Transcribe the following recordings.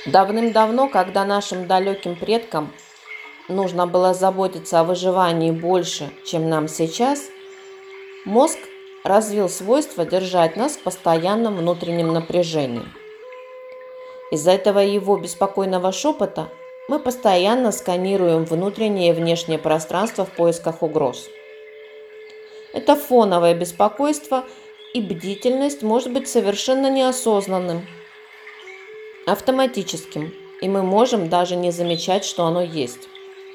Давным-давно, когда нашим далеким предкам нужно было заботиться о выживании больше, чем нам сейчас, мозг развил свойство держать нас в постоянном внутреннем напряжении. Из-за этого его беспокойного шепота мы постоянно сканируем внутреннее и внешнее пространство в поисках угроз. Это фоновое беспокойство и бдительность может быть совершенно неосознанным, автоматическим, и мы можем даже не замечать, что оно есть.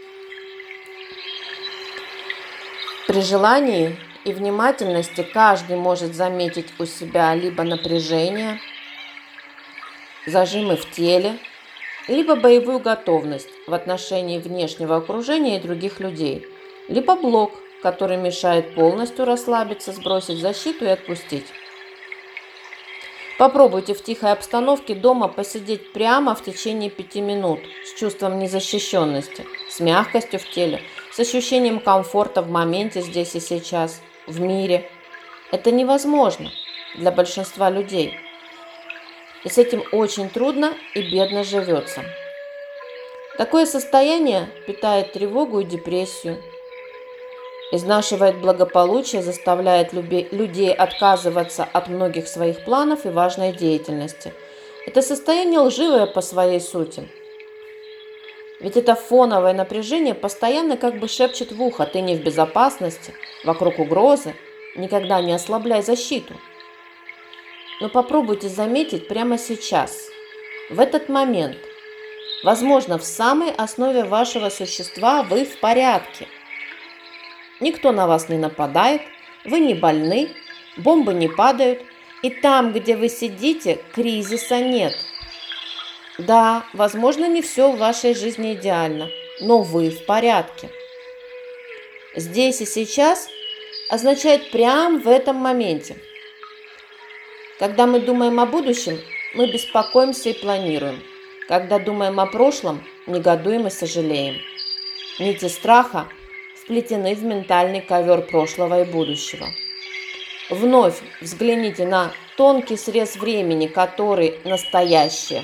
При желании и внимательности каждый может заметить у себя либо напряжение, зажимы в теле, либо боевую готовность в отношении внешнего окружения и других людей, либо блок, который мешает полностью расслабиться, сбросить защиту и отпустить. Попробуйте в тихой обстановке дома посидеть прямо в течение 5 минут с чувством незащищенности, с мягкостью в теле, с ощущением комфорта в моменте здесь и сейчас, в мире. Это невозможно для большинства людей. И с этим очень трудно и бедно живется. Такое состояние питает тревогу и депрессию, изнашивает благополучие, заставляет людей отказываться от многих своих планов и важной деятельности. Это состояние лживое по своей сути. Ведь это фоновое напряжение постоянно как бы шепчет в ухо: ты не в безопасности, вокруг угрозы, никогда не ослабляй защиту. Но попробуйте заметить прямо сейчас, в этот момент. Возможно, в самой основе вашего существа вы в порядке. Никто на вас не нападает, вы не больны, бомбы не падают, и там, где вы сидите, кризиса нет. Да, возможно, не все в вашей жизни идеально, но вы в порядке. Здесь и сейчас означает прямо в этом моменте. Когда мы думаем о будущем, мы беспокоимся и планируем. Когда думаем о прошлом, негодуем и сожалеем. Нити страха вплетены в ментальный ковер прошлого и будущего. Вновь взгляните на тонкий срез времени, который настоящее.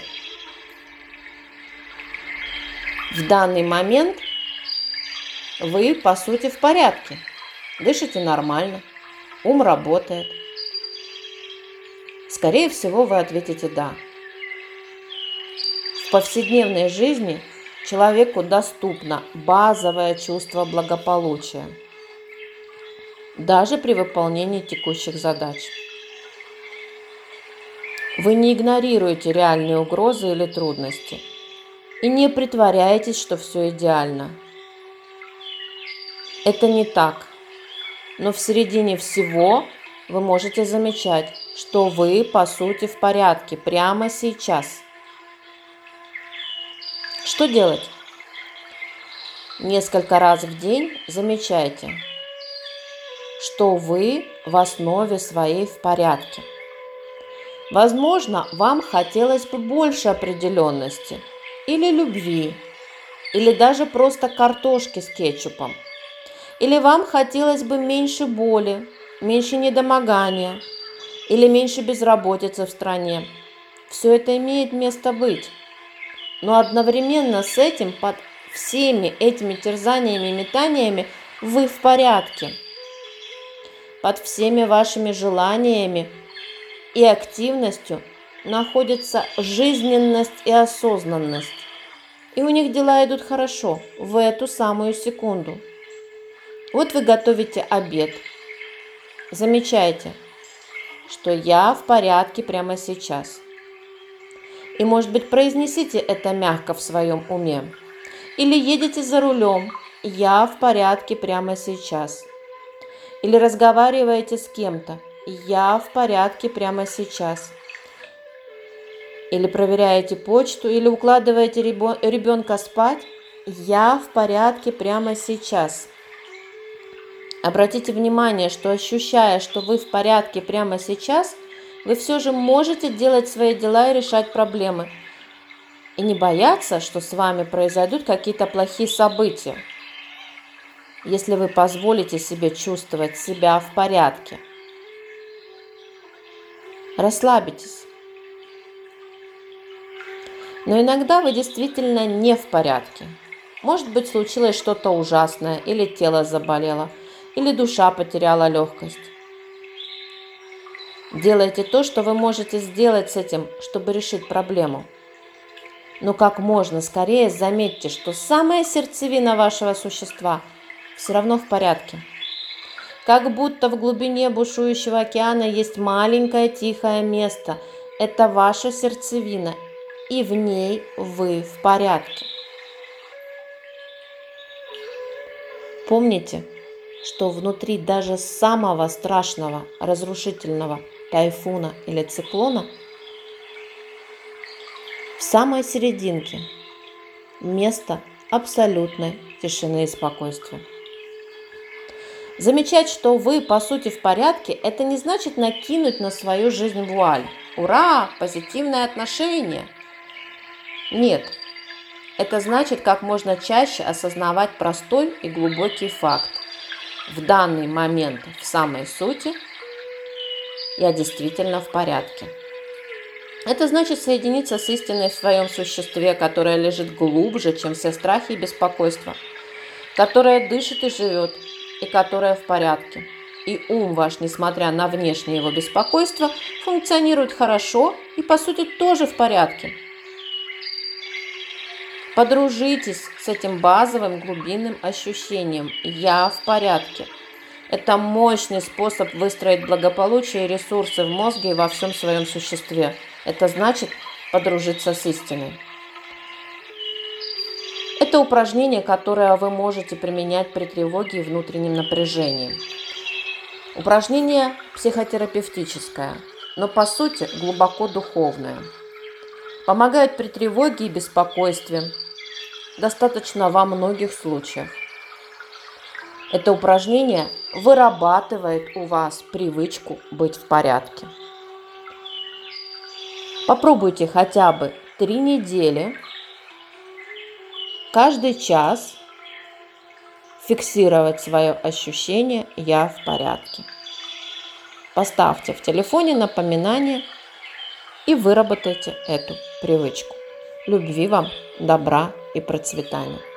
В данный момент вы, по сути, в порядке. Дышите нормально, ум работает. Скорее всего, вы ответите «да». В повседневной жизни человеку доступно базовое чувство благополучия, даже при выполнении текущих задач. Вы не игнорируете реальные угрозы или трудности и не притворяетесь, что все идеально. Это не так, но в середине всего вы можете замечать, что вы, по сути, в порядке прямо сейчас. Что делать? Несколько раз в день замечайте, что вы в основе своей в порядке. Возможно, вам хотелось бы больше определенности, или любви, или даже просто картошки с кетчупом. Или вам хотелось бы меньше боли, меньше недомогания, или меньше безработицы в стране. Все это имеет место быть. Но одновременно с этим, под всеми этими терзаниями и метаниями, вы в порядке. Под всеми вашими желаниями и активностью находится жизненность и осознанность. И у них дела идут хорошо в эту самую секунду. Вот вы готовите обед. Замечайте, что я в порядке прямо сейчас. И, может быть, произнесите это мягко в своем уме. Или едете за рулем. Я в порядке прямо сейчас. Или разговариваете с кем-то. Я в порядке прямо сейчас. Или проверяете почту, или укладываете ребенка спать. Я в порядке прямо сейчас. Обратите внимание, что ощущая, что вы в порядке прямо сейчас, вы все же можете делать свои дела и решать проблемы. И не бояться, что с вами произойдут какие-то плохие события, если вы позволите себе чувствовать себя в порядке. Расслабитесь. Но иногда вы действительно не в порядке. Может быть, случилось что-то ужасное, или тело заболело, или душа потеряла легкость. Делайте то, что вы можете сделать с этим, чтобы решить проблему. Но как можно скорее заметьте, что самая сердцевина вашего существа все равно в порядке. Как будто в глубине бушующего океана есть маленькое тихое место. Это ваша сердцевина, и в ней вы в порядке. Помните, что внутри даже самого страшного, разрушительного тайфуна или циклона в самой серединке место абсолютной тишины и спокойствия. Замечать, что вы по сути в порядке, это не значит накинуть на свою жизнь вуаль. Ура! Позитивное отношение! Нет, это значит как можно чаще осознавать простой и глубокий факт. В данный момент, в самой сути, я действительно в порядке. Это значит соединиться с истиной в своем существе, которая лежит глубже, чем все страхи и беспокойства, которая дышит и живет, и которая в порядке. И ум ваш, несмотря на внешнее его беспокойство, функционирует хорошо и, по сути, тоже в порядке. Подружитесь с этим базовым глубинным ощущением «я в порядке». Это мощный способ выстроить благополучие и ресурсы в мозге и во всем своем существе. Это значит подружиться с истиной. Это упражнение, которое вы можете применять при тревоге и внутреннем напряжении. Упражнение психотерапевтическое, но по сути глубоко духовное. Помогает при тревоге и беспокойстве. Достаточно во многих случаях. Это упражнение вырабатывает у вас привычку быть в порядке. Попробуйте хотя бы 3 недели, каждый час фиксировать свое ощущение «я в порядке». Поставьте в телефоне напоминание и выработайте эту привычку. Любви вам, добра и процветания.